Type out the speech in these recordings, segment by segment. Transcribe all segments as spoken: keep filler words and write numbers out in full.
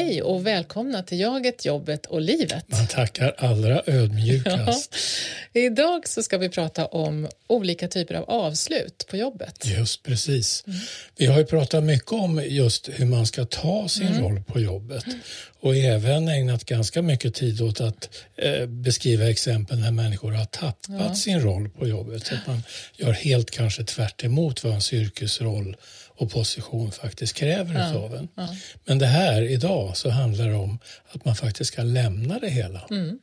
Hej och välkomna till Jaget, jobbet och livet. Man tackar allra ödmjukast. Ja. Idag så ska vi prata om olika typer av avslut på jobbet. Just precis. Mm. Vi har ju pratat mycket om just hur man ska ta sin mm. roll på jobbet. Mm. Och även ägnat ganska mycket tid åt att eh, beskriva exempel när människor har tappat ja. sin roll på jobbet. Så att man gör helt kanske tvärt emot vad ens yrkesroll och position faktiskt kräver ja, av en. Ja. Men det här idag så handlar det om att man faktiskt ska lämna det hela. Mm.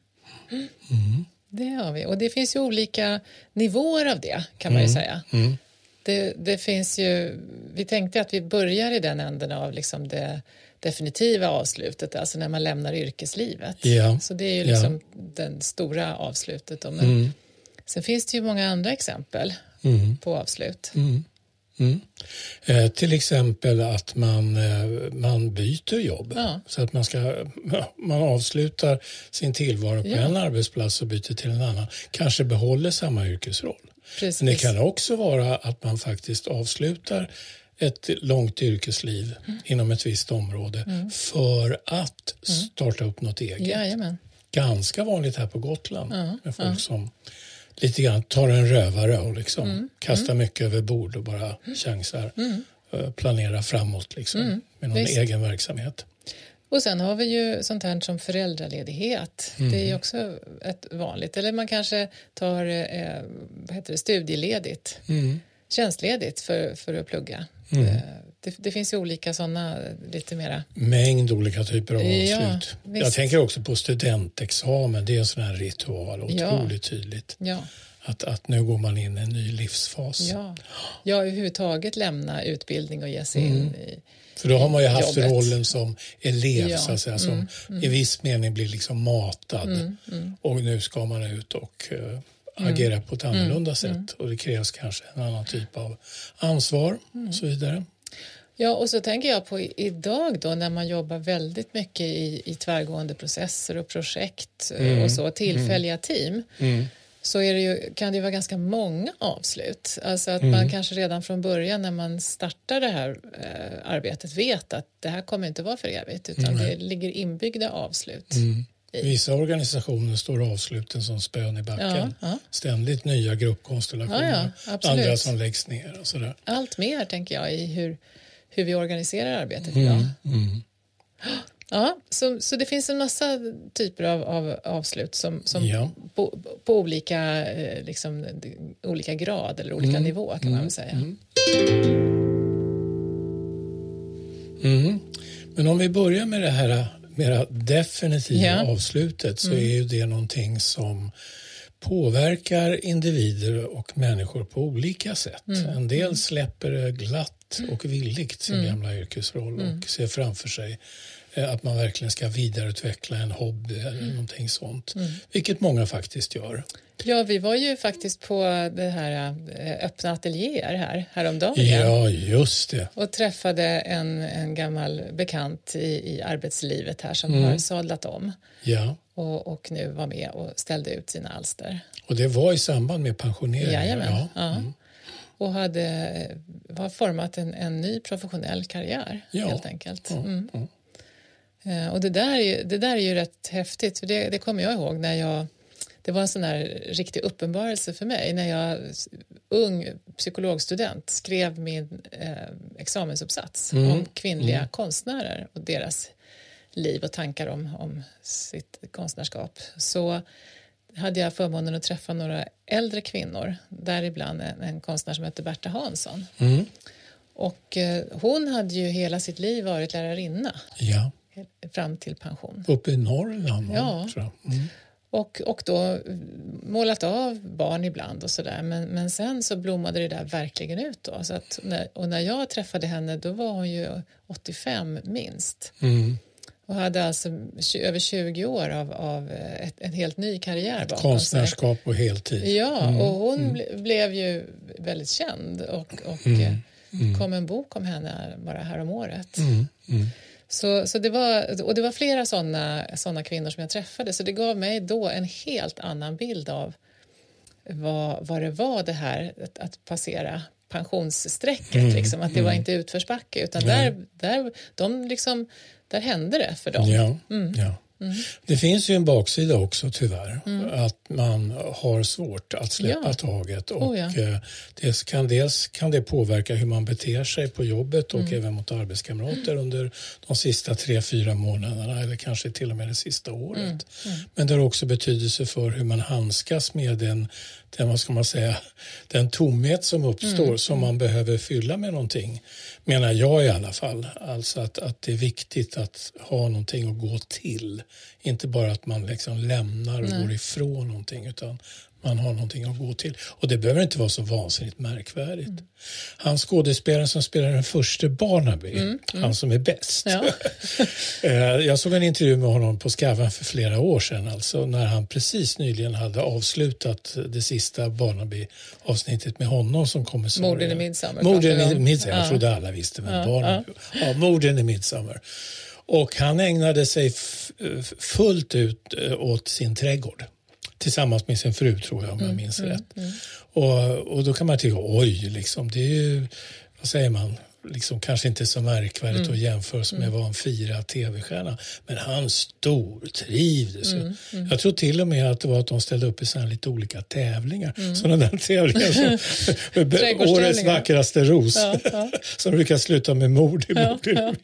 Mm. Det har vi. Och det finns ju olika nivåer av det kan man ju mm. säga. Mm. Det, det finns ju, vi tänkte att vi börjar i den änden av liksom det definitiva avslutet, alltså när man lämnar yrkeslivet. Ja. Så det är ju liksom ja. den stora avslutet. Då. Men mm. sen finns det ju många andra exempel mm. på avslut. Mm. Mm. Eh, till exempel att man, eh, man byter jobb. Ja. Så att man, ska, man avslutar sin tillvaro på ja. en arbetsplats och byter till en annan. Kanske behåller samma yrkesroll. Precis. Men det kan också vara att man faktiskt avslutar ett långt yrkesliv mm. inom ett visst område mm. för att starta upp något eget. Jajamän. Ganska vanligt här på Gotland ja. med folk ja. som lite grann tar en rövare och liksom mm. kastar mm. mycket över bord och bara chansar. Mm. Planera framåt liksom mm. med någon Visst. egen verksamhet. Och sen har vi ju sånt här som föräldraledighet. Mm. Det är ju också ett vanligt. Eller man kanske tar eh, vad heter det, studieledigt. Mm. Tjänstledigt för, för att plugga. Mm. Det, det finns ju olika sådana lite mera. Mängd olika typer av ja, avslut. visst. Jag tänker också på studentexamen. Det är en sån här ritual. Otroligt ja. tydligt. Ja. Att, att nu går man in i en ny livsfas. Ja, ja överhuvudtaget lämna utbildning och ge sig mm. in i För då har man ju haft jobbet. rollen som elev ja. så att säga, som mm. Mm. i viss mening blir liksom matad. Mm. Mm. Och nu ska man ut och uh, agera mm. på ett annorlunda mm. sätt. Mm. Och det krävs kanske en annan typ av ansvar mm. och så vidare. Ja, och så tänker jag på idag då när man jobbar väldigt mycket i, i tvärgående processer och projekt mm. och så, tillfälliga mm. team. Mm. Så är det ju, kan det ju vara ganska många avslut. Alltså att mm. man kanske redan från början när man startar det här eh, arbetet vet att det här kommer inte vara för evigt utan mm. det ligger inbyggda avslut. Mm. I vissa organisationer står avsluten som spön i backen. Ja, ja. Ständigt nya gruppkonstellationer. Ja, ja, andra som läggs ner och sådär. Allt mer tänker jag i hur, hur vi organiserar arbetet mm. idag. Mm. Ja, så, så det finns en massa typer av, av avslut som, som ja. på, på olika, liksom, olika grad eller olika mm. nivå kan man mm. väl säga. Mm. Mm. Men om vi börjar med det här mera definitiva ja. avslutet så mm. är ju det någonting som påverkar individer och människor på olika sätt. Mm. En del släpper det glatt och villigt sin mm. gamla yrkesroll och mm. ser framför sig att man verkligen ska vidareutveckla en hobby eller mm. någonting sånt. Mm. Vilket många faktiskt gör. Ja, vi var ju faktiskt på det här öppna ateljéer här häromdagen. Ja, just det. Och träffade en, en gammal bekant i, i arbetslivet här som mm. har sadlat om. Ja. Och, och nu var med och ställde ut sina alster. Och det var i samband med pensioneringen? Jajamän, ja. ja. Mm. Och hade var format en, en ny professionell karriär ja. helt enkelt. Mm. Mm. Och det där, är ju, det där är ju rätt häftigt, för det, det kommer jag ihåg när jag, det var en sån här riktig uppenbarelse för mig när jag, ung psykologstudent, skrev min eh, examensuppsats mm. om kvinnliga mm. konstnärer och deras liv och tankar om, om sitt konstnärskap. Så hade jag förmånen att träffa några äldre kvinnor, däribland en, en konstnär som heter Berta Hansson. Mm. Och eh, hon hade ju hela sitt liv varit lärarinna. Ja. Fram till pension. Uppe i Norrland. Ja. Tror jag. Mm. Och, och då målat av barn ibland och sådär. Men, men sen så blommade det där verkligen ut då. Så att när, och när jag träffade henne då var hon ju åttiofem minst. Mm. Och hade alltså över tjugo år av, av ett, en helt ny karriär bakom konstnärskap sig. På heltid. Ja, mm. och hon mm. ble, blev ju väldigt känd. Och, och mm. Mm. kom en bok om henne bara här om året. Mm. Mm. Så, så det var, och det var flera sådana såna kvinnor som jag träffade. Så det gav mig då en helt annan bild av vad, vad det var det här att, att passera pensionsstrecket. Mm. Liksom, att det var inte utförsbacke. Utan där, där, de liksom, där hände det för dem. Ja, mm. ja. Mm. Det finns ju en baksida också tyvärr, mm. att man har svårt att släppa ja. taget och oh, ja. det kan, dels kan det påverka hur man beter sig på jobbet och mm. även mot arbetskamrater mm. under de sista tre, fyra månaderna eller kanske till och med det sista året. Mm. Mm. Men det har också betydelse för hur man handskas med den, den, vad ska man säga, den tomhet som uppstår mm. som man behöver fylla med någonting. Menar jag i alla fall. Alltså att, att det är viktigt att ha någonting att gå till. Inte bara att man liksom lämnar och Nej. går ifrån någonting utan man har någonting att gå till. Och det behöver inte vara så vansinnigt märkvärdigt. Mm. Han skådespelaren som spelar den första Barnaby, mm. Mm. han som är bäst. Ja. Jag såg en intervju med honom på Skavlan för flera år sedan. Alltså när han precis nyligen hade avslutat det sista Barnaby-avsnittet med honom som kommissarie. Morden i Midsommar. Morden i Midsommar, jag trodde alla visste vem ja. Barnaby ja. ja, Morden i Midsommar. Och han ägnade sig f- fullt ut åt sin trädgård. Tillsammans med sin fru tror jag om jag mm, minns mm, rätt. Mm. Och, och då kan man tycka, oj liksom, det är ju, vad säger man, liksom kanske inte så märkvärdigt mm. att jämföra med mm. vad en fira tv-stjärna. Men han stor trivdes. Mm, mm. Jag tror till och med att det var att de ställde upp i sådana lite olika tävlingar. Mm. Sådana där tävlingar som årets vackraste ros. Ja, ja. Som brukar sluta med mord i mord. Ja,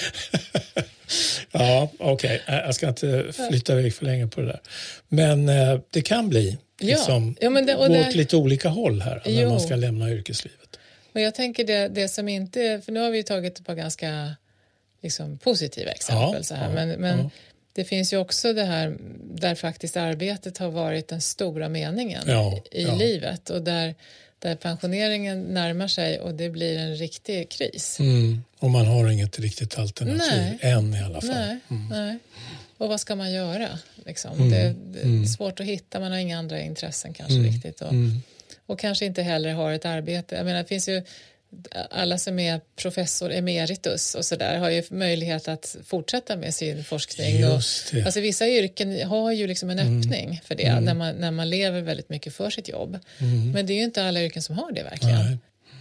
ja. Ja, okej. Okay. Jag ska inte flytta iväg för länge på det där. Men eh, det kan bli liksom, ja. Ja, men det, och det... åt lite olika håll här när jo. man ska lämna yrkeslivet. Men jag tänker det, det som inte... För nu har vi tagit ett par ganska liksom, positiva exempel. Ja, så här. Ja, men men ja. det finns ju också det här där faktiskt arbetet har varit den stora meningen ja, i ja. livet. Och där, där pensioneringen närmar sig och det blir en riktig kris. Mm. Och man har inget riktigt alternativ nej. än i alla fall. Nej, mm. nej. Och vad ska man göra? Liksom? Mm. Det, det är mm. svårt att hitta, man har inga andra intressen kanske mm. riktigt. Och, mm. och kanske inte heller har ett arbete. Jag menar, det finns ju alla som är professor emeritus och sådär har ju möjlighet att fortsätta med sin forskning. Och, alltså vissa yrken har ju liksom en öppning mm. för det mm. när, man, när man lever väldigt mycket för sitt jobb. Mm. Men det är ju inte alla yrken som har det verkligen.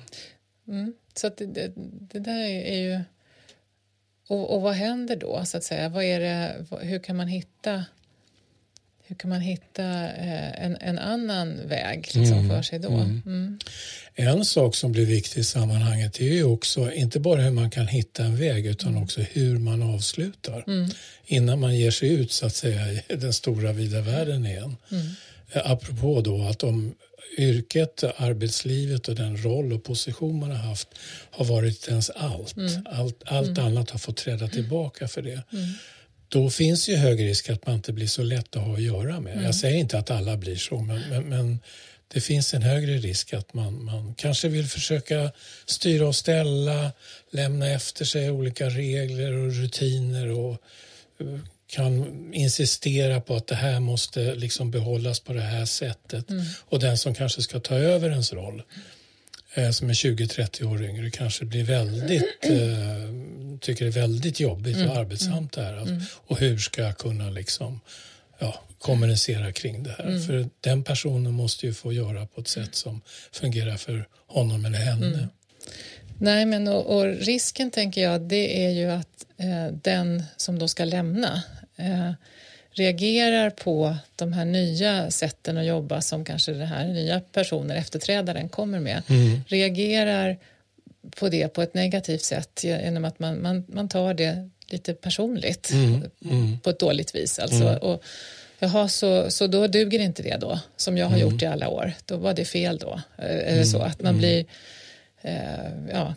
Mm. Så att det, det, det där är ju... Och, och vad händer då så att säga? Vad är det, hur kan man hitta... Hur kan man hitta eh, en, en annan väg liksom, mm, för sig då? Mm. Mm. En sak som blir viktig i sammanhanget är ju också inte bara hur man kan hitta en väg utan mm. också hur man avslutar. Mm. Innan man ger sig ut så att säga i den stora vida världen igen. Mm. Apropå då att om yrket, arbetslivet och den roll och position man har haft har varit ens allt. Mm. Allt, allt mm. annat har fått träda tillbaka för det. Mm. Då finns ju hög risk att man inte blir så lätt att ha att göra med. Mm. Jag säger inte att alla blir så, men, men, men det finns en högre risk att man, man kanske vill försöka styra och ställa, lämna efter sig olika regler och rutiner och kan insistera på att det här måste liksom behållas på det här sättet. Mm. Och den som kanske ska ta över ens roll som är tjugo till trettio år yngre kanske blir väldigt eh, tycker det är väldigt jobbigt mm. och arbetsamt det här. Alltså, mm. Och hur ska jag kunna liksom ja, kommunicera kring det här? Mm. För den personen måste ju få göra på ett sätt som fungerar för honom eller henne. Mm. Nej, men och, och risken tänker jag det är ju att eh, den som då ska lämna eh, reagerar på de här nya sätten att jobba som kanske den här nya personen, efterträdaren, kommer med. Mm. Reagerar på det på ett negativt sätt genom att man, man, man tar det lite personligt mm. Mm. på ett dåligt vis. Alltså. Mm. Och, jaha, så, så då duger inte det då som jag har mm. gjort i alla år. Då var det fel då. Är det så att man blir eh, ja,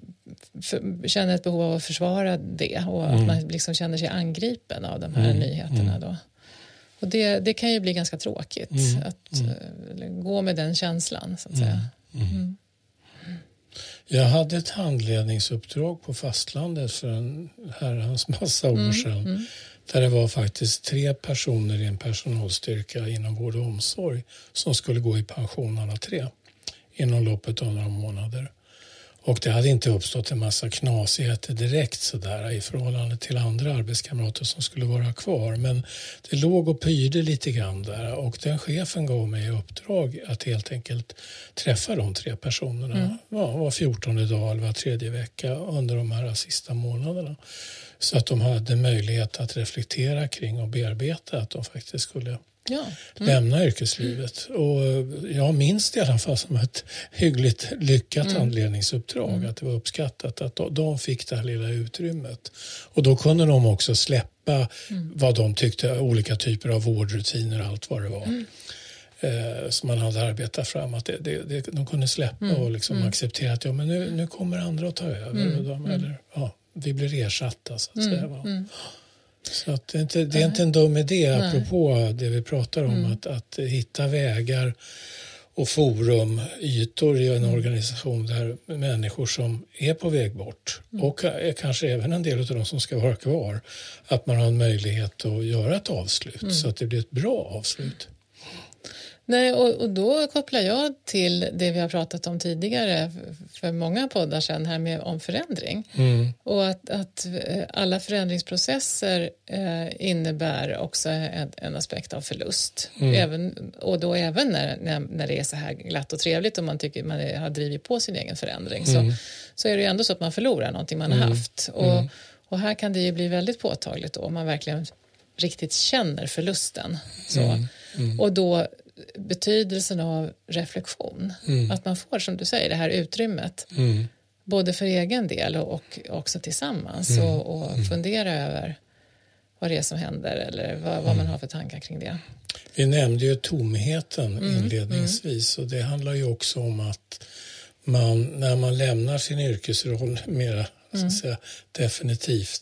för, känner ett behov av att försvara det och mm. att man liksom känner sig angripen av de här mm. nyheterna då. Och det, det kan ju bli ganska tråkigt mm. att mm. gå med den känslan så att mm. säga. Mm. Mm. Jag hade ett handledningsuppdrag på fastlandet för en herrans massa år sedan. Mm. Mm. Där det var faktiskt tre personer i en personalstyrka inom vård och omsorg som skulle gå i pension alla tre inom loppet av några månader. Och det hade inte uppstått en massa knasigheter direkt sådär i förhållande till andra arbetskamrater som skulle vara kvar. Men det låg och pyrde lite grann där, och den chefen gav mig i uppdrag att helt enkelt träffa de tre personerna mm. ja, var fjortonde dag eller var tredje vecka under de här sista månaderna. Så att de hade möjlighet att reflektera kring och bearbeta att de faktiskt skulle ja. mm. lämna yrkeslivet. Och jag minns det i alla fall som ett hyggligt lyckat mm. handledningsuppdrag. Mm. Att det var uppskattat att de fick det här lilla utrymmet. Och då kunde de också släppa mm. vad de tyckte, olika typer av vårdrutiner, allt vad det var. Mm. Eh, som man hade arbetat fram. Att det, det, det, de kunde släppa mm. och liksom mm. acceptera att ja, men nu, nu kommer andra att ta över. Mm. Och de, eller, ja, vi blir ersatta så att mm. säga. Va? Mm. Så att det, är inte, det är inte en dum idé Nej. apropå det vi pratar om. Mm. Att, att hitta vägar och forum, ytor i en mm. organisation där människor som är på väg bort mm. och kanske även en del av de som ska vara kvar, att man har en möjlighet att göra ett avslut mm. så att det blir ett bra avslut. Nej, och, och då kopplar jag till det vi har pratat om tidigare för många poddar sedan här med om förändring. Mm. Och att, att alla förändringsprocesser eh, innebär också en, en aspekt av förlust. Mm. Även, och då även när, när, när det är så här glatt och trevligt och man tycker man är, har drivit på sin egen förändring mm. så, så är det ju ändå så att man förlorar någonting man mm. har haft. Och, mm. och här kan det ju bli väldigt påtagligt då om man verkligen riktigt känner förlusten. Så. Mm. Mm. Och då betydelsen av reflektion. Mm. Att man får, som du säger, det här utrymmet. Mm. Både för egen del och, och också tillsammans. Mm. Och, och mm. fundera över vad det är som händer eller vad, vad mm. man har för tankar kring det. Vi nämnde ju tomheten mm. inledningsvis. Mm. Och det handlar ju också om att man, när man lämnar sin yrkesroll mer mm. så att säga, definitivt,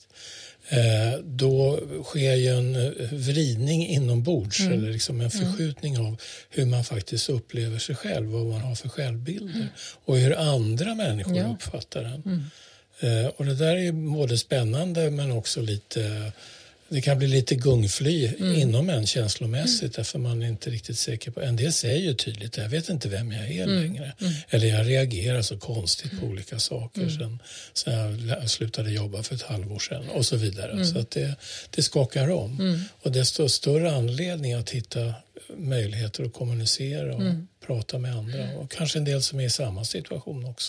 då sker ju en vridning inombords mm. eller liksom en förskjutning mm. av hur man faktiskt upplever sig själv, vad man har för självbilder mm. och hur andra människor ja. uppfattar den. Mm. Och det där är både spännande men också lite, det kan bli lite gungfly mm. inom en känslomässigt mm. därför man är inte riktigt säker på, en del säger ju tydligt, jag vet inte vem jag är mm. längre mm. eller jag reagerar så konstigt på olika saker mm. sen, sen jag slutade jobba för ett halvår sedan och så vidare mm. så att det, det skakar om mm. och desto större anledning att hitta möjligheter att kommunicera och mm. prata med andra och kanske en del som är i samma situation också.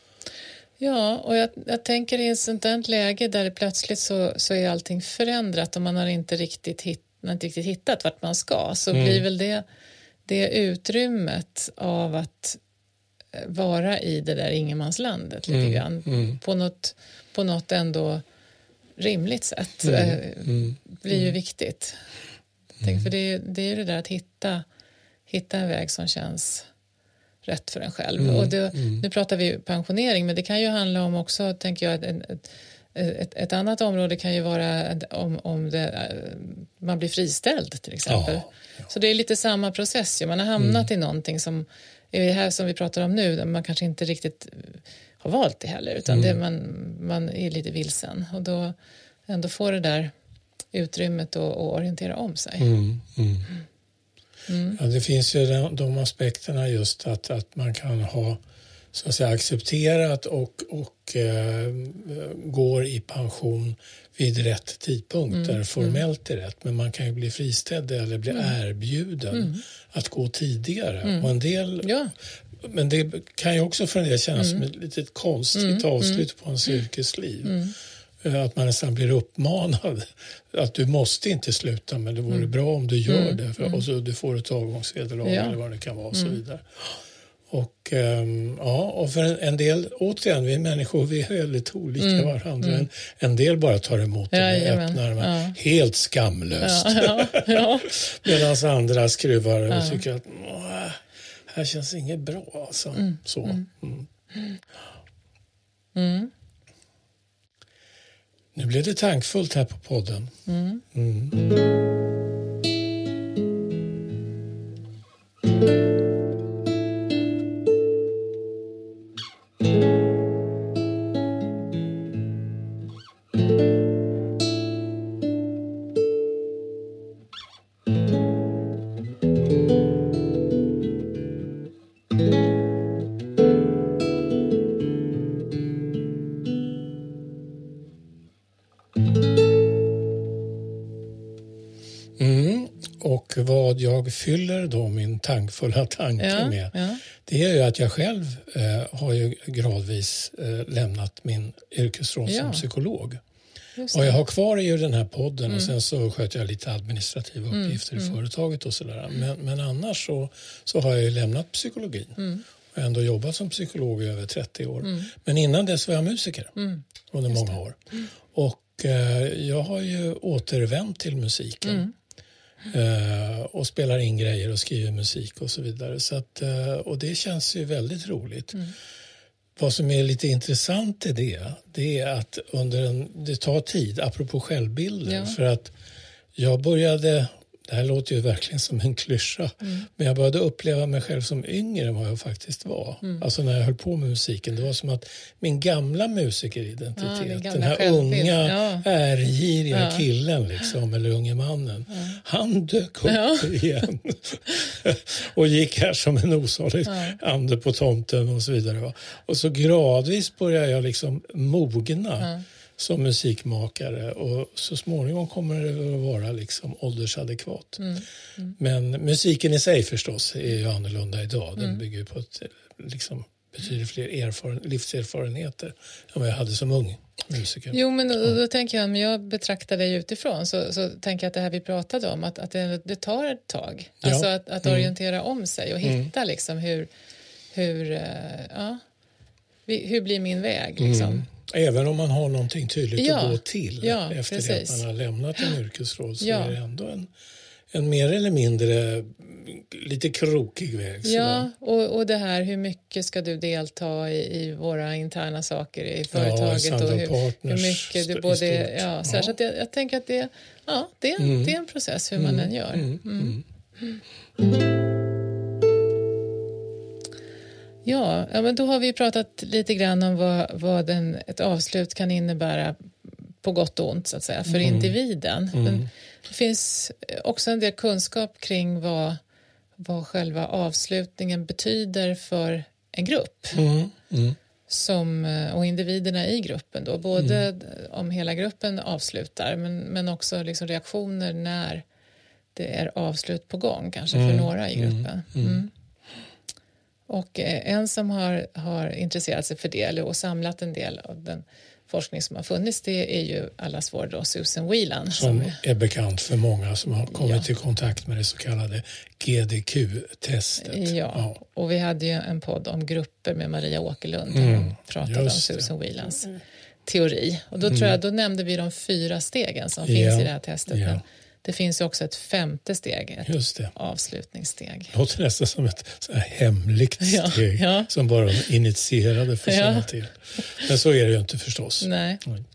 Ja, och jag, jag tänker i ett sånt där läge där det plötsligt så, så är allting förändrat och man har inte riktigt, hitt, man har inte riktigt hittat vart man ska, så mm. blir väl det, det utrymmet av att vara i det där ingenmanslandet lite mm. grann mm. på något, på något ändå rimligt sätt mm. Mm. blir ju viktigt. Mm. Tänk, för det, det är ju det där att hitta, hitta en väg som känns rätt för en själv. Mm, och det, mm. Nu pratar vi pensionering, men det kan ju handla om också, tänker jag, ett, ett, ett, ett annat område kan ju vara om, om det, man blir friställd till exempel. Ja, ja. Så det är lite samma process. Man har hamnat mm. i någonting som är det här som vi pratar om nu, där man kanske inte riktigt har valt det heller, utan mm. det, man, man är lite vilsen. Och då ändå får det där utrymmet att, att orientera om sig. Mm, mm. Mm. Ja, det finns ju de, de aspekterna just att, att man kan ha så att säga accepterat och, och eh, går i pension vid rätt tidpunkt mm. där formellt är rätt, men man kan ju bli friställd eller bli mm. erbjuden mm. att gå tidigare. Mm. Och en del, ja. Men det kan ju också för en del kännas mm. som ett litet konstigt mm. avslut på ens mm. yrkesliv. Mm. Att man nästan blir uppmanad att du måste inte sluta, men det vore mm. bra om du gör mm. det. För, och så du får ett avgångsvederlag ja. eller vad det kan vara och så vidare. Och, um, ja, och för en, en del, återigen, vi människor, vi är väldigt olika mm. varandra. Mm. En, en del bara tar emot det med ja, öppna armar, ja. helt skamlöst. Ja, ja, ja. Medan andra skruvar och ja. tycker att här känns inget bra. Alltså. Mm. Så. Mm. Mm. Mm. Nu blev det tankfullt här på podden. Mm. Mm. och vad jag fyller då min tankfulla tanke ja, med ja. det är ju att jag själv eh, har ju gradvis eh, lämnat min yrkesroll ja. som psykolog. Och jag har kvar ju den här podden mm. och sen så sköter jag lite administrativa mm. uppgifter mm. i företaget och sådär. Men, men annars så, så har jag ju lämnat psykologin. Mm. Jag har ändå jobbat som psykolog i över trettio år. Mm. Men innan dess var jag musiker mm. under Just många det. år. Mm. Och eh, jag har ju återvänt till musiken. Mm. Uh, och spelar in grejer och skriver musik och så vidare. Så att, uh, och det känns ju väldigt roligt. Mm. Vad som är lite intressant i det, det är att under en, det tar tid, apropå självbilden. Ja. För att jag började, det här låter ju verkligen som en klyscha, mm. men jag började uppleva mig själv som yngre än vad jag faktiskt var. Mm. Alltså när jag höll på med musiken, det var som att min gamla musikeridentitet, ja, gamla den här självbild. unga, ja. ärgiriga ja. killen liksom, eller unge mannen, ja. han dök upp ja. igen och gick här som en osalig ja. ande på tomten och så vidare. Va? Och så gradvis började jag liksom mogna. Ja. som musikmakare och så småningom kommer det att vara liksom åldersadekvat. Mm. Mm. Men musiken i sig förstås är ju annorlunda idag. Den mm. bygger på ett, liksom, betydligt fler erfaren, livserfarenheter än vad jag hade som ung musiker. Jo, men då, då tänker jag, om jag betraktar dig utifrån så, så tänker jag att det här vi pratade om, att, att det, det tar ett tag. Ja. Alltså att, att mm. orientera om sig och hitta mm. liksom hur, hur, uh, ja, hur blir min väg liksom. Mm. Även om man har någonting tydligt ja, att gå till ja, efter precis. det att man har lämnat en yrkesroll så ja. är det ändå en, en mer eller mindre lite krokig väg. Ja, och, och det här hur mycket ska du delta i, i våra interna saker i företaget ja, och hur, hur mycket du både... Ja, så, ja. så att jag, jag tänker att det, ja, det, mm. det är en process hur man mm. än gör. Mm. Mm. Mm. Ja, ja, men då har vi pratat lite grann om vad, vad en, ett avslut kan innebära på gott och ont så att säga, för mm. individen. Mm. Men det finns också en del kunskap kring vad, vad själva avslutningen betyder för en grupp. Mm. Mm. Som, och individerna i gruppen då, både mm. om hela gruppen avslutar men, men också liksom reaktioner när det är avslut på gång kanske mm. för några i gruppen. Mm. Mm. Och en som har, har intresserat sig för det och samlat en del av den forskning som har funnits, det är ju allas vår då Susan Whelan. Som, som är bekant för många som har kommit ja. i kontakt med det så kallade G D Q-testet. Ja. ja, och vi hade ju en podd om grupper med Maria Åkerlund mm. och pratade om Susan Whelans mm. teori. Och då, mm. tror jag, då nämnde vi de fyra stegen som finns ja. i det här testet. Ja. Men det finns ju också ett femte steg, ett Just det. avslutningssteg. Det låter nästan som ett så här hemligt steg ja, ja. som bara de initierade får känna ja. till. Men så är det ju inte förstås. Nej, Nej.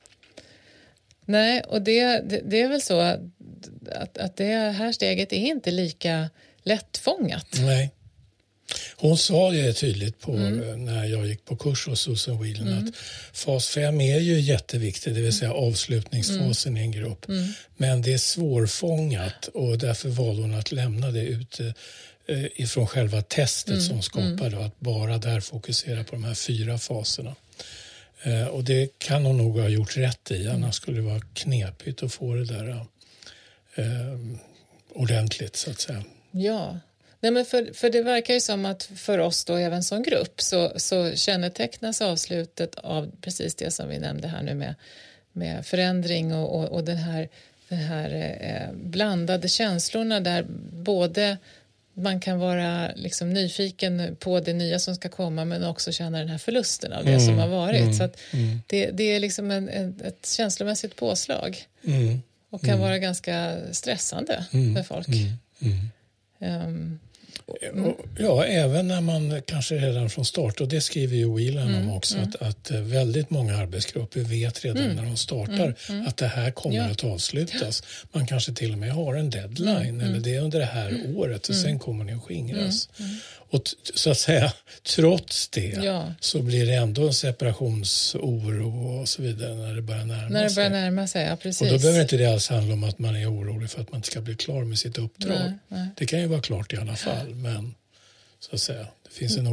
Nej och det, det, det är väl så att, att, att det här steget är inte lika lättfångat. Nej. Hon sa det tydligt på, mm. när jag gick på kurs hos Susan Whelan mm. att fas fem är ju jätteviktig, det vill säga avslutningsfasen mm. i en grupp. Mm. Men det är svårfångat och därför valde hon att lämna det ute eh, ifrån själva testet mm. som skapade och att bara där fokusera på de här fyra faserna. Eh, och det kan hon nog ha gjort rätt i, annars mm. skulle det vara knepigt att få det där eh, ordentligt så att säga. Ja. Nej, men för, för det verkar ju som att för oss då även som grupp så, så kännetecknas avslutet av precis det som vi nämnde här nu med, med förändring och, och, och den här, den här eh, blandade känslorna där både man kan vara liksom nyfiken på det nya som ska komma men också känna den här förlusten av det mm, som har varit. Mm, så att mm. det, det är liksom en, en, ett känslomässigt påslag mm, och kan mm. vara ganska stressande mm, för folk. Mm, mm. Um, Mm. Ja, även när man kanske redan från start, och det skriver ju Whelan mm, om också, mm. att, att väldigt många arbetsgrupper vet redan mm. när de startar mm, mm. att det här kommer ja. att avslutas. Man kanske till och med har en deadline mm, eller det är under det här mm. året och mm. sen kommer det att skingras. Mm, mm. Och t- så att säga, trots det ja. så blir det ändå en separationsoro och så vidare när det börjar närma sig. När det börjar närma sig, ja precis. Och då behöver inte det alls handla om att man är orolig för att man inte ska bli klar med sitt uppdrag. Nej, nej. Det kan ju vara klart i alla fall, men så att säga, det finns en oro.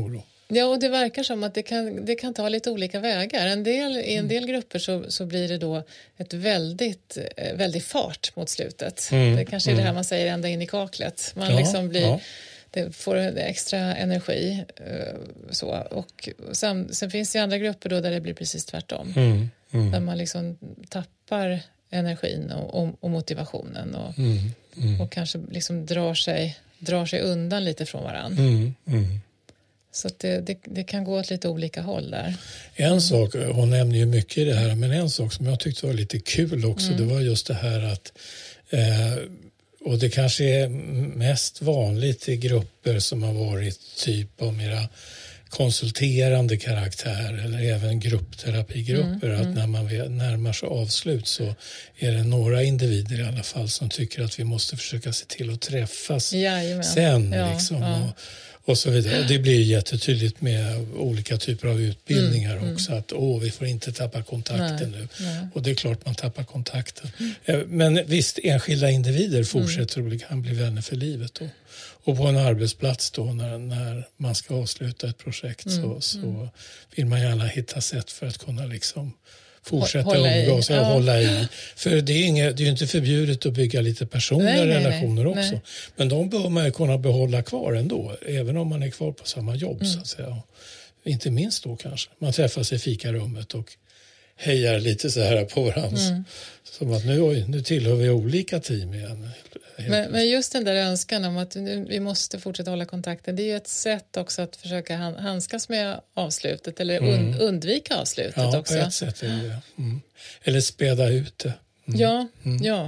Ja, och det verkar som att det kan, det kan ta lite olika vägar. En del, I en del grupper så, så blir det då ett väldigt, väldigt fart mot slutet. Mm. Det kanske är mm. det här man säger ända in i kaklet. Man ja, liksom blir... Ja. Det får extra energi. Så. Och sen, sen finns det andra grupper då där det blir precis tvärtom. Mm, mm. Där man liksom tappar energin och, och, och motivationen. Och, mm, mm. och kanske liksom drar sig, drar sig undan lite från varandra. Mm, mm. Så att det, det, det kan gå åt lite olika håll där. En mm. sak, hon nämner ju mycket i det här, men en sak som jag tyckte var lite kul också, mm. det var just det här att eh, och det kanske är mest vanligt i grupper som har varit typ av mera konsulterande karaktär eller även gruppterapigrupper mm, att mm. när man närmar sig avslut så är det några individer i alla fall som tycker att vi måste försöka se till att träffas Jajamän. sen ja, liksom ja. Och, och så vidare. Och det blir jättetydligt med olika typer av utbildningar mm, också mm. att åh, vi får inte tappa kontakten nej, nu. Nej. Och det är klart man tappar kontakten. Mm. Men visst, enskilda individer fortsätter mm. och kan bli vänner för livet då. Och på en arbetsplats då när, när man ska avsluta ett projekt mm, så, så mm. vill man gärna hitta sätt för att kunna liksom fortsätta umgås och ja. hålla i. För det är, inget, det är ju inte förbjudet att bygga lite personliga nej, relationer nej, också. Nej. Men de bör man ju kunna behålla kvar ändå, även om man är kvar på samma jobb mm. så att säga. Inte minst då kanske. Man träffas i fikarummet och hejar lite så här på varandra. Mm. Som att nu, nu tillhör vi olika team igen. Men, men just den där önskan om att vi måste fortsätta hålla kontakten, det är ju ett sätt också att försöka handskas med avslutet eller mm. und, undvika avslutet ja, också. Ja, på ett sätt är det. Mm. Eller späda ut det. Mm. Ja, mm. ja.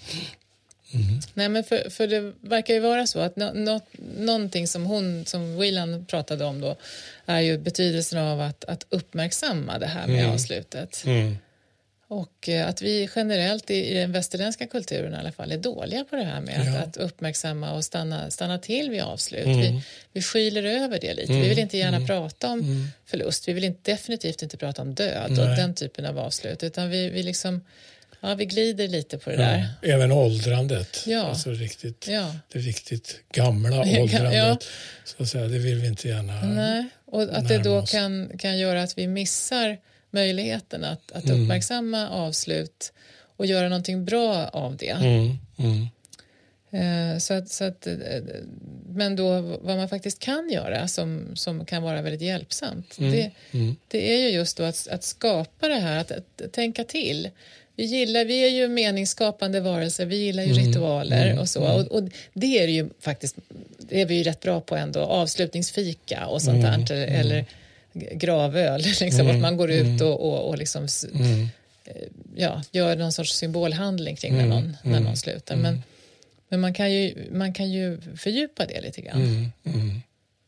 Mm. Nej, men för, för det verkar ju vara så att no, no, någonting som hon, som Wieland pratade om då, är ju betydelsen av att, att uppmärksamma det här med mm. avslutet. Mm. Och att vi generellt i, i den västerländska kulturen i alla fall är dåliga på det här med ja. att, att uppmärksamma och stanna, stanna till vid avslut. Mm. Vi, vi skyler över det lite. Mm. Vi vill inte gärna mm. prata om mm. förlust. Vi vill inte, definitivt inte prata om död Nej. och den typen av avslut. Utan vi, vi liksom... Ja, vi glider lite på det ja, där. Även åldrandet. Ja. Alltså riktigt, ja. det riktigt gamla åldrandet. Ja. Så att säga, det vill vi inte gärna. Nej. Och att det då kan, kan göra att vi missar möjligheten att, att mm. uppmärksamma avslut och göra någonting bra av det. Mm. Mm. Eh, så att, så att, men då vad man faktiskt kan göra som, som kan vara väldigt hjälpsamt. Mm. Det, mm. det är ju just då att, att skapa det här, att, att tänka till. Vi gillar, vi är ju meningsskapande varelser, vi gillar ju mm, ritualer mm, och så. Mm. Och, och det är ju faktiskt, det är vi ju rätt bra på ändå, avslutningsfika och sånt mm, där, mm. eller gravöl, liksom, mm, att man går ut och, och, och liksom, mm. ja, gör någon sorts symbolhandling kring mm, när, någon, när någon slutar. Men, men man, kan ju, man kan ju fördjupa det lite grann. Mm, mm.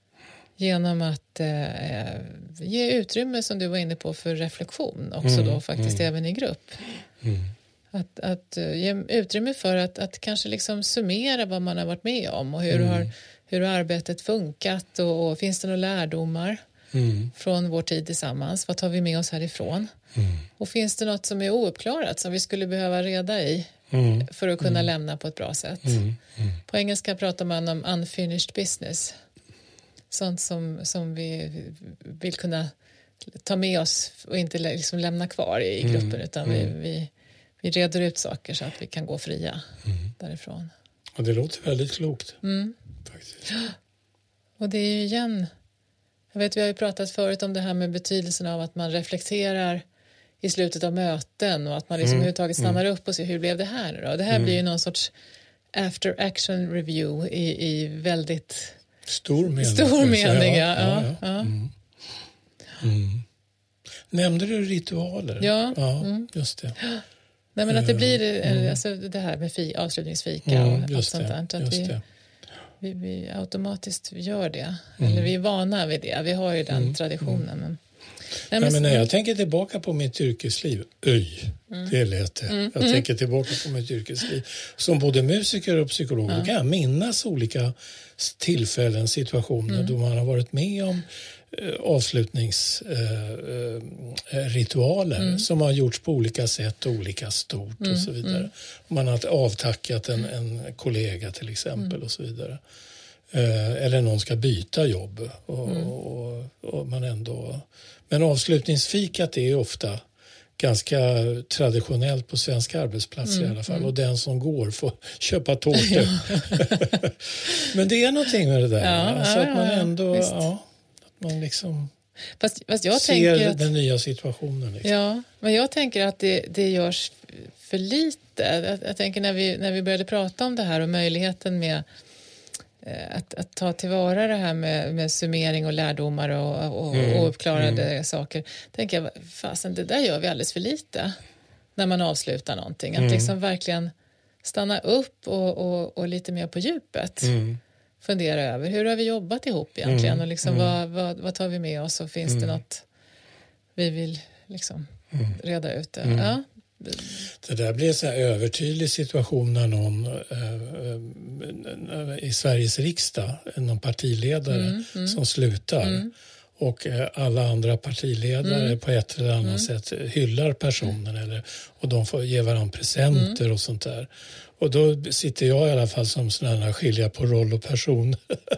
Genom att eh, ge utrymme, som du var inne på, för reflektion också mm, då faktiskt mm. även i grupp. Mm. Att, att uh, ge utrymme för att, att kanske liksom summera vad man har varit med om och hur, mm. har, hur har arbetet funkat och, och finns det några lärdomar mm. från vår tid tillsammans? Vad tar vi med oss härifrån? Mm. Och finns det något som är ouppklarat som vi skulle behöva reda i mm. för att kunna mm. lämna på ett bra sätt? Mm. Mm. På engelska pratar man om unfinished business. Sånt som, som vi vill kunna ta med oss och inte liksom lämna kvar i gruppen mm, utan mm. vi, vi, vi reder ut saker så att vi kan gå fria mm. därifrån. Och det låter väldigt klokt. Mm. Faktiskt. Och det är ju igen, jag vet vi har ju pratat förut om det här med betydelsen av att man reflekterar i slutet av möten och att man liksom mm. överhuvudtaget stannar mm. upp och ser hur blev det här nu då? Det här mm. blir ju någon sorts after action review i, i väldigt Stor mening. Stor mening, ja. ja, ja. ja. Mm. Mm. Nämnde du ritualer? Ja. Ja, mm. just det. Nej, men att det blir mm. alltså, det här med fi, avslutningsfika mm, och allt sånt där. Att vi, vi, vi automatiskt gör det. Mm. Eller vi är vana vid det. Vi har ju den mm. traditionen. Men, nej, men, men när jag tänker tillbaka på mitt yrkesliv, öj, mm. det lät det. Mm. Jag tänker tillbaka på mitt yrkesliv. Som både musiker och psykolog, ja. Då kan jag minnas olika tillfällen, situationer mm. då man har varit med om eh, avslutningsritualer eh, mm. som har gjorts på olika sätt, olika stort mm. och så vidare. Mm. Man har avtackat en, en kollega till exempel mm. och så vidare. eller någon ska byta jobb. Och, mm. och, och man ändå... Men avslutningsfikat är ofta ganska traditionellt på svenska arbetsplatser mm. i alla fall. Och den som går får köpa tårtor. Ja. Men det är någonting med det där. Ja, alltså ja, att man ändå... Ja, att man liksom... Fast, fast jag ser tänker att, den nya situationen. Liksom. Ja, men jag tänker att det, det görs för lite. Jag, jag tänker när vi, när vi började prata om det här och möjligheten med eh, att, att ta tillvara det här med, med summering och lärdomar och, och, mm, och uppklarade mm. saker. Tänker jag, fasen, det där gör vi alldeles för lite när man avslutar någonting. Att mm. liksom verkligen stanna upp och, och, och lite mer på djupet. Mm. Fundera över hur har vi jobbat ihop egentligen mm, och liksom mm. vad, vad, vad tar vi med oss och finns mm. det något vi vill liksom mm. reda ut det. Mm. Ja. Det där blir en så här övertydlig situation när någon äh, i Sveriges riksdag, någon partiledare mm, mm. som slutar mm. och alla andra partiledare mm. på ett eller annat mm. sätt hyllar personen mm. eller, och de får ge varandra presenter mm. och sånt där. Och då sitter jag i alla fall som sån här skilja på roll och person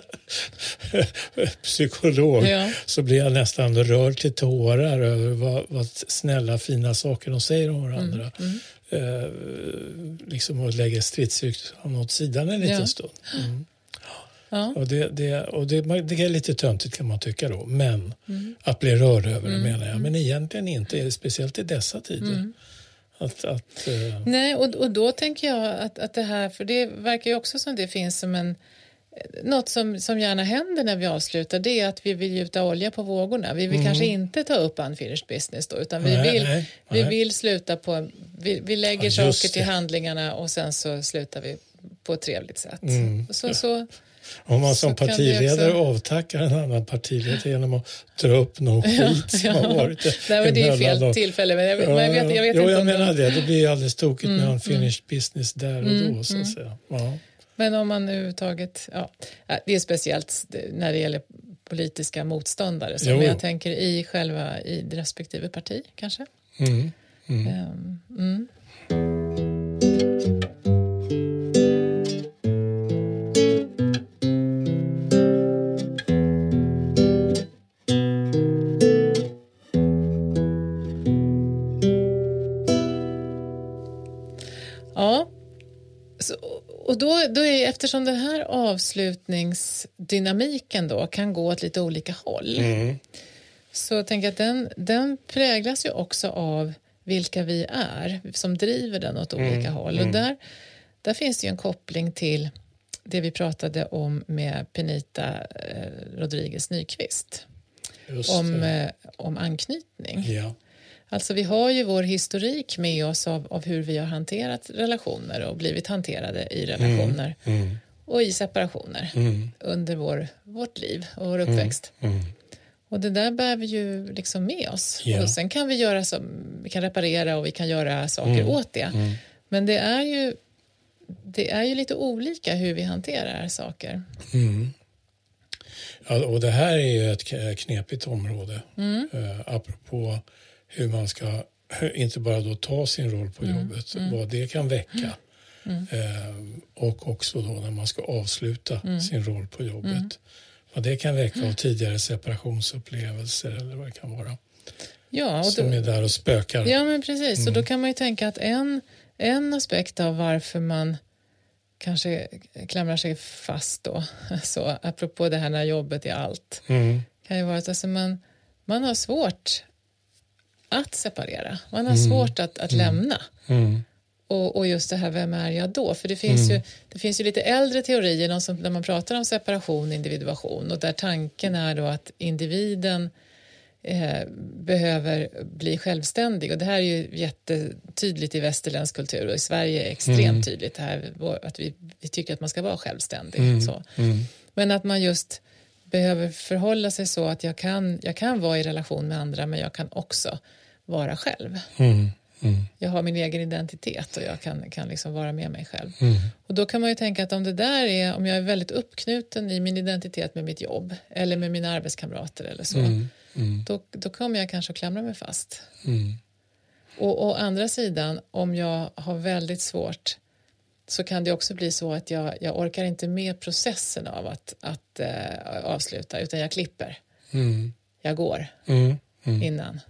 psykolog. Ja. Så blir jag nästan rörd till tårar över vad, vad snälla fina saker de säger om varandra. Mm. Mm. Eh, liksom att lägga stridsrykten åt sidan en liten ja. stund. Mm. Ja. Och, det, det, och det, det är lite töntigt kan man tycka då. Men mm. att bli rörd över det mm. menar jag. Men egentligen inte, speciellt i dessa tider. Mm. Att, att, uh... Nej, och, och då tänker jag att, att det här, för det verkar ju också som det finns som en, något som, som gärna händer när vi avslutar, det är att vi vill gjuta olja på vågorna. Vi vill mm. kanske inte ta upp unfinished business då, utan vi, nej, vill, nej, vi nej. vill sluta på, vi, vi lägger ja, saker till handlingarna och sen så slutar vi på ett trevligt sätt. Mm. Så, ja. så Om man som partiledare också avtackar en annan partiledare genom att dra upp någon skit ja, som ja. har varit det. Nej, men det är fel och... tillfälle. Men jag, vet, ja, men jag vet, jag vet jo, inte jag om menar de... det. Det blir alldeles tokigt mm, med unfinished mm. business där och mm, då. Så att säga. Ja. Men om man överhuvudtaget... Ja, det är speciellt när det gäller politiska motståndare. Som jag tänker i själva i respektive parti, kanske. Mm, mm. Um, mm. Och då, då är, eftersom den här avslutningsdynamiken då kan gå åt lite olika håll mm. så tänker jag att den, den präglas ju också av vilka vi är som driver den åt olika mm. håll. Och där, där finns det ju en koppling till det vi pratade om med Penita eh, Rodriguez Nyqvist. Om, eh, om anknytning. Ja. Alltså vi har ju vår historik med oss av, av hur vi har hanterat relationer och blivit hanterade i relationer mm, mm. och i separationer mm. under vår, vårt liv och vår uppväxt. Mm, mm. Och det där bär vi ju liksom med oss. Yeah. Och sen kan vi göra som, vi kan reparera och vi kan göra saker mm, åt det. Mm. Men det är ju det är ju lite olika hur vi hanterar saker. Mm. Ja, och det här är ju ett knepigt område. Mm. Uh, apropå hur man ska inte bara då ta sin roll på mm. jobbet, mm. vad det kan väcka. Mm. Eh, och också då när man ska avsluta mm. sin roll på jobbet. Mm. Vad det kan väcka av tidigare separationsupplevelser eller vad det kan vara. Ja, och som då, är där och spökar. Ja, men precis. Mm. Och då kan man ju tänka att en, en aspekt av varför man kanske klamrar sig fast då, så apropå det här när jobbet är allt, mm. kan ju vara att alltså man, man har svårt att separera. Man har mm. svårt att, att mm. lämna. Mm. Och, och just det här, vem är jag då? För det finns, mm. ju, det finns ju lite äldre teorier som, där man pratar om separation, individuation och där tanken är då att individen eh, behöver bli självständig. Och det här är ju jättetydligt i västerländsk kultur och i Sverige är extremt mm. tydligt det här, att vi, vi tycker att man ska vara självständig. Mm. Så. Mm. Men att man just behöver förhålla sig så att jag kan, jag kan vara i relation med andra men jag kan också vara själv. Mm. Mm. Jag har min egen identitet och jag kan, kan liksom vara med mig själv. Mm. Och då kan man ju tänka att om det där är, om jag är väldigt uppknuten i min identitet med mitt jobb eller med mina arbetskamrater eller så, mm. Mm. Då, då kommer jag kanske att klamra mig fast. Mm. Och å andra sidan, om jag har väldigt svårt så kan det också bli så att jag, jag orkar inte med processen av att, att äh, avsluta, utan jag klipper. Mm. Jag går mm. Mm. innan.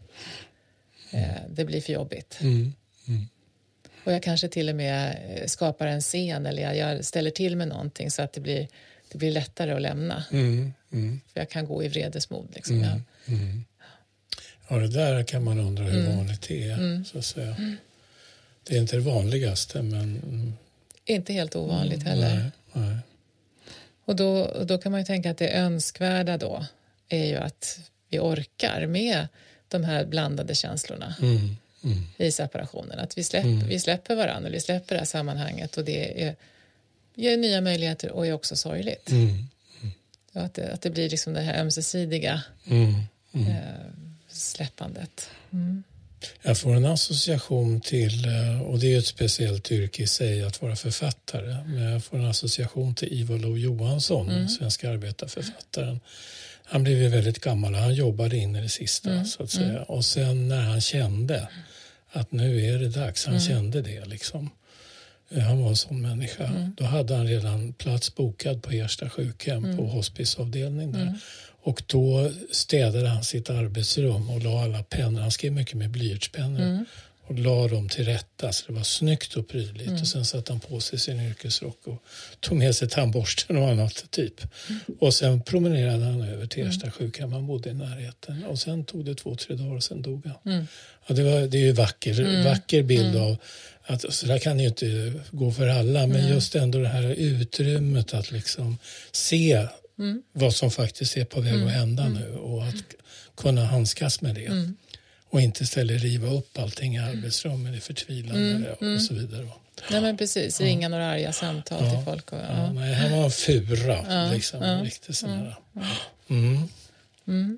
Äh, det blir för jobbigt. Mm. Mm. Och jag kanske till och med skapar en scen eller jag, jag ställer till med någonting så att det blir, det blir lättare att lämna. Mm. Mm. För jag kan gå i vredesmod. Liksom. Mm. Ja. Mm. Ja, det där kan man undra hur mm. vanligt det är. Mm. Så att säga. Mm. Det är inte det vanligaste, men... Inte helt ovanligt heller. Nej, nej. Och då, då kan man ju tänka att det önskvärda då är ju att vi orkar med de här blandade känslorna mm, mm. i separationen. Att vi, släpp, mm. vi släpper varandra, vi släpper det här sammanhanget och det är, ger nya möjligheter och är också sorgligt. Mm, mm. Att, det, att det blir liksom det här ömsesidiga mm, mm. Eh, släppandet. Mm. Jag får en association till, och det är ju ett speciellt yrke i sig att vara författare, men jag får en association till Ivar Lo-Johansson, mm. svenska arbetarförfattaren. Han blev ju väldigt gammal och han jobbade in i det sista mm. så att säga. Mm. Och sen när han kände att nu är det dags, han mm. kände det liksom. Han var en sån människa. Mm. Då hade han redan plats bokad på Ersta sjukhem mm. på hospiceavdelning där. Mm. Och då städade han sitt arbetsrum och la alla pennor. Han skrev mycket med blyertspennor. Mm. Och la dem till rätta så det var snyggt och prydligt. Mm. Och sen satte han på sig sin yrkesrock och tog med sig tandborsten och annat typ. Mm. Och sen promenerade han över till Ersta mm. sjukhem. Han bodde i närheten. Och sen tog det två, tre dagar och sen dog han. Mm. Ja, det, var, det är ju vacker, mm. vacker bild mm. av att så där kan det ju inte gå för alla. Men mm. just ändå det här utrymmet att liksom se mm. vad som faktiskt är på väg mm. att hända mm. nu. Och att kunna handskas med det. Mm. Och inte istället riva upp allting i arbetsrummen i förtvivlan mm, och mm. så vidare. Nej men precis, ringa ja. några arga samtal ja. till folk. Och, ja. Ja, nej, han var en fura, ja. liksom. Ja. Riktigt sådär. Mm. Mm.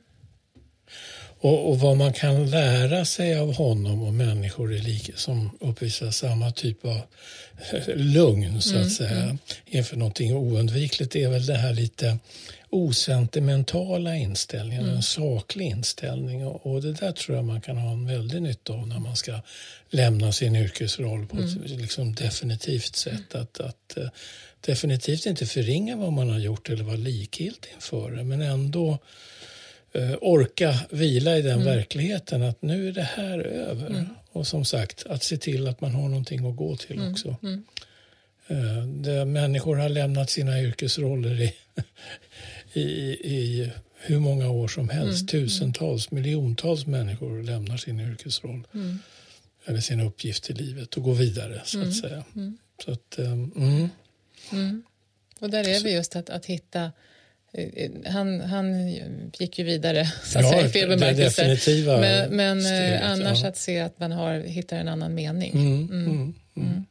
Och, och vad man kan lära sig av honom och människor i like som uppvisar samma typ av lugn så att mm, säga mm. inför någonting oundvikligt är väl det här lite osentimentala inställningen, mm. en saklig inställning och, och det där tror jag man kan ha en väldig nytta av när man ska lämna sin yrkesroll på mm. ett liksom definitivt sätt. Att, att uh, definitivt inte förringa vad man har gjort eller vara likgiltig inför det, men ändå uh, orka vila i den mm. verkligheten att nu är det här över. Mm. Och som sagt, att se till att man har någonting att gå till mm. också. Mm. Uh, det, människor har lämnat sina yrkesroller i I, i hur många år som helst. Mm. Tusentals, mm. miljontals människor lämnar sin yrkesroll mm. eller sin uppgift i livet och går vidare så mm. att säga. Mm. Så att, um, mm. Mm. Och där är vi just att, att hitta han, han gick ju vidare så att ja, säga, i fel bemärkelse. Men, men steget, annars ja. att se att man har, hittar en annan mening. Mm. Mm. Mm. Mm.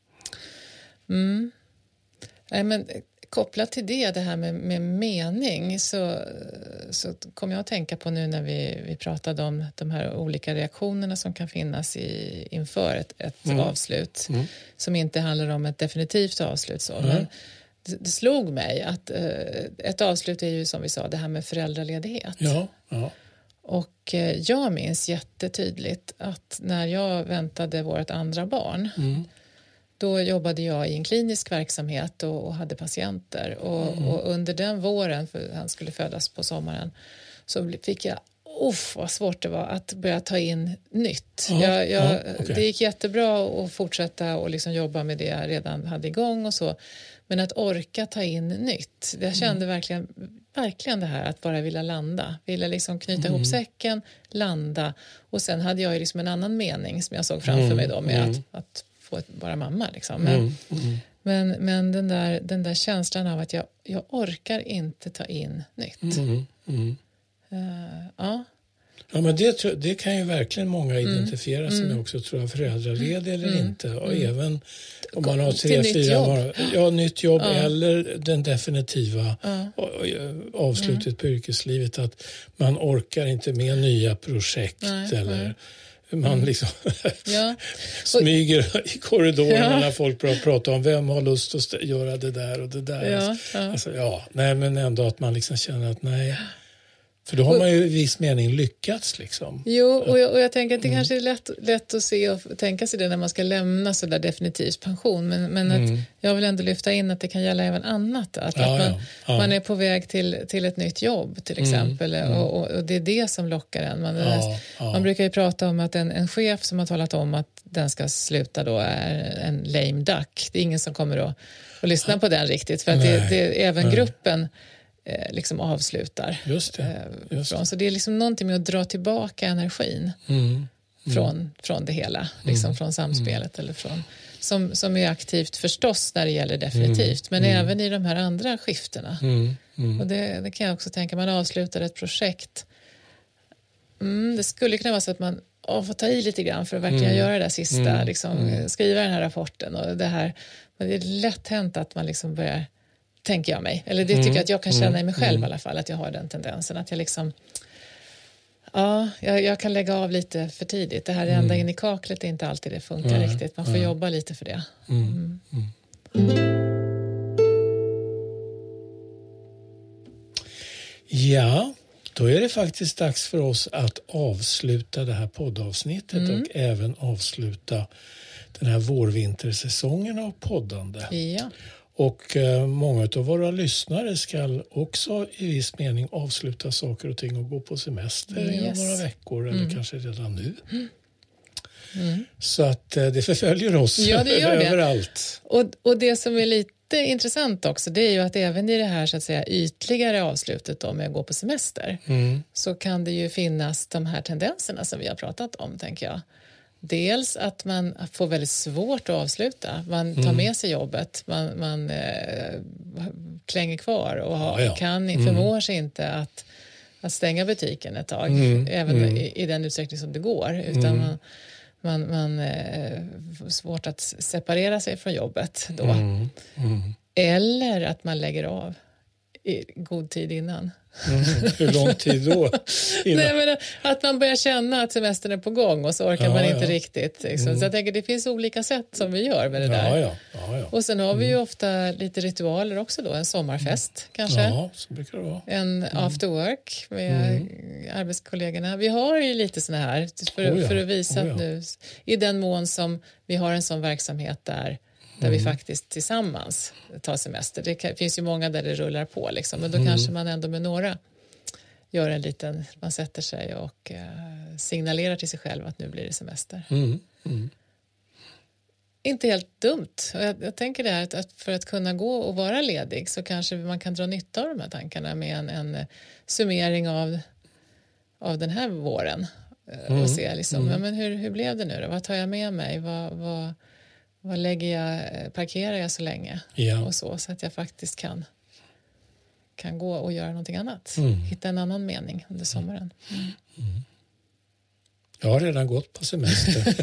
Mm. Nej, men kopplat till det, det här med, med mening så, så kommer jag att tänka på nu när vi, vi pratade om de här olika reaktionerna som kan finnas i, inför ett, ett mm. avslut mm. som inte handlar om ett definitivt avslut. Så. Mm. Men det, det slog mig att eh, ett avslut är ju som vi sa det här med föräldraledighet. Ja, ja. Och eh, jag minns jättetydligt att när jag väntade vårt andra barn mm. då jobbade jag i en klinisk verksamhet och, och hade patienter. Och, mm. och under den våren, för han skulle födas på sommaren, så fick jag, uff vad svårt det var att börja ta in nytt. Aha, jag, jag, aha, okay. Det gick jättebra att fortsätta och liksom jobba med det jag redan hade igång och så. Men att orka ta in nytt. Jag kände mm. verkligen, verkligen det här att bara vilja landa. Vilja liksom knyta mm. ihop säcken, landa. Och sen hade jag ju liksom en annan mening som jag såg framför mm. mig då med mm. att, att få ett, bara mamma liksom. Men, mm. Mm. men, men den, där, den där känslan av att jag, jag orkar inte ta in nytt. Mm. Mm. Uh, ja. Ja, men det, det kan ju verkligen många identifiera sig mm. med också, tror jag, föräldraledig eller mm. inte. Och mm. även om man har tre, nytt fyra jobb. Var, ja, nytt jobb ja. eller den definitiva ja. avslutet mm. på yrkeslivet, att man orkar inte med nya projekt nej, eller nej. Man mm. liksom ja. smyger i korridoren ja. när folk börjar prata om vem har lust att göra det där och det där. Ja, ja. Alltså, ja, nej, men ändå att man liksom känner att nej, För då har man ju i viss mening lyckats liksom. Jo, och jag, och jag tänker att det mm. kanske är lätt, lätt att se och tänka sig det när man ska lämna så där definitivt pension. Men, men mm. att jag vill ändå lyfta in att det kan gälla även annat. Att, ja, att man, ja, ja. man är på väg till, till ett nytt jobb till exempel. Mm. Mm. Och, och, och det är det som lockar en. Man, ja, ja. man brukar ju prata om att en, en chef som har talat om att den ska sluta då är en lame duck. Det är ingen som kommer att, att lyssna ja. på den riktigt. För att det, det, även Nej. gruppen liksom avslutar. Just det. Just från. Så det är liksom någonting med att dra tillbaka energin mm. Mm. Från, från det hela. Liksom mm. från samspelet. Mm. Eller från, som, som är aktivt förstås när det gäller definitivt. Mm. Men mm. även i de här andra skiftena. Mm. Mm. Och det, det kan jag också tänka. Man avslutar ett projekt. Mm, det skulle kunna vara så att man oh, får ta i lite grann för att verkligen mm. göra det där sista. Mm. Liksom, mm. skriva den här rapporten. Och det här. Men det är lätt hänt att man liksom börjar, tänker jag mig. Eller det tycker mm. jag att jag kan känna mm. i mig själv mm. i alla fall. Att jag har den tendensen. Att jag liksom, ja, jag, jag kan lägga av lite för tidigt. Det här mm. ända in i kaklet är inte alltid det funkar mm. riktigt. Man får mm. jobba lite för det. Mm. Mm. Ja, då är det faktiskt dags för oss att avsluta det här poddavsnittet mm. och även avsluta den här vårvintersäsongen av poddande. Ja. Och eh, många av våra lyssnare ska också i viss mening avsluta saker och ting och gå på semester yes. inom några veckor eller mm. kanske redan nu. Mm. Mm. Så att eh, det förföljer oss ja, det gör överallt. Det. Och, och det som är lite intressant också, det är ju att även i det här så att säga ytligare avslutet då med att gå på semester mm. så kan det ju finnas de här tendenserna som vi har pratat om, tänker jag. Dels att man får väldigt svårt att avsluta. Man tar mm. med sig jobbet. Man, man eh, klänger kvar och har, ja, ja. kan mm. förmår sig inte att, att stänga butiken ett tag. Mm. Även mm. I, i den utsträckning som det går. Utan mm. man, man, man eh, får svårt att separera sig från jobbet då. Mm. Mm. Eller att man lägger av i god tid innan. Mm, hur lång tid då? Nej, men att man börjar känna att semestern är på gång och så orkar ja, man inte ja. riktigt. Liksom. Mm. Så jag tänker det finns olika sätt som vi gör med det ja, där. Ja, ja, ja. Och sen har vi ju ofta lite ritualer också då. En sommarfest mm. kanske. Ja, så brukar det vara. En mm. after work med mm. arbetskollegorna. Vi har ju lite såna här för, oh ja, för att visa oh ja. att nu i den mån som vi har en sån verksamhet där där mm. vi faktiskt tillsammans tar semester. Det kan, finns ju många där det rullar på liksom, men då mm. kanske man ändå med några gör en liten, man sätter sig och eh, signalerar till sig själv att nu blir det semester. Mm. Mm. Inte helt dumt. Och jag, jag tänker det här att, att för att kunna gå och vara ledig så kanske man kan dra nytta av de här tankarna med en, en summering av, av den här våren mm. och se liksom, mm. ja, men hur, hur blev det nu då? Vad tar jag med mig? Vad, vad Vad lägger jag, parkerar jag så länge ja. och så, så att jag faktiskt kan, kan gå och göra någonting annat. Mm. Hitta en annan mening under sommaren. Mm. Mm. Jag har redan gått på semester.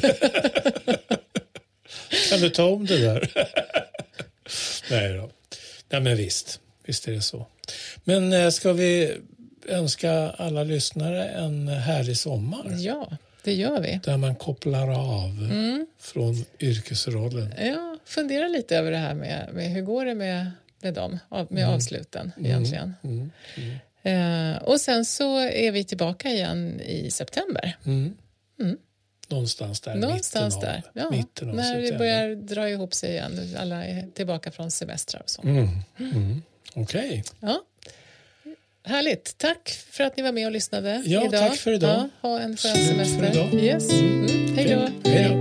Kan du ta om det där? Nej då. Nej men visst, visst är det så. Men ska vi önska alla lyssnare en härlig sommar? Ja. Det gör vi. Där man kopplar av mm. från yrkesrollen. Ja, fundera lite över det här med, med hur går det med, med dem, med mm. avsluten egentligen. Mm. Mm. Mm. Eh, och sen så är vi tillbaka igen i september. Mm. Mm. Någonstans där. Någonstans mitten där. Av, ja. mitten av när september. Det börjar dra ihop sig igen. Alla är tillbaka från semestrar och så. Mm. Mm. Okej. Okay. Ja. Härligt. Tack för att ni var med och lyssnade ja, idag. Ja, tack för idag. Ja, ha en skön semester. För idag. Yes. Mm. Hej då. Hej då.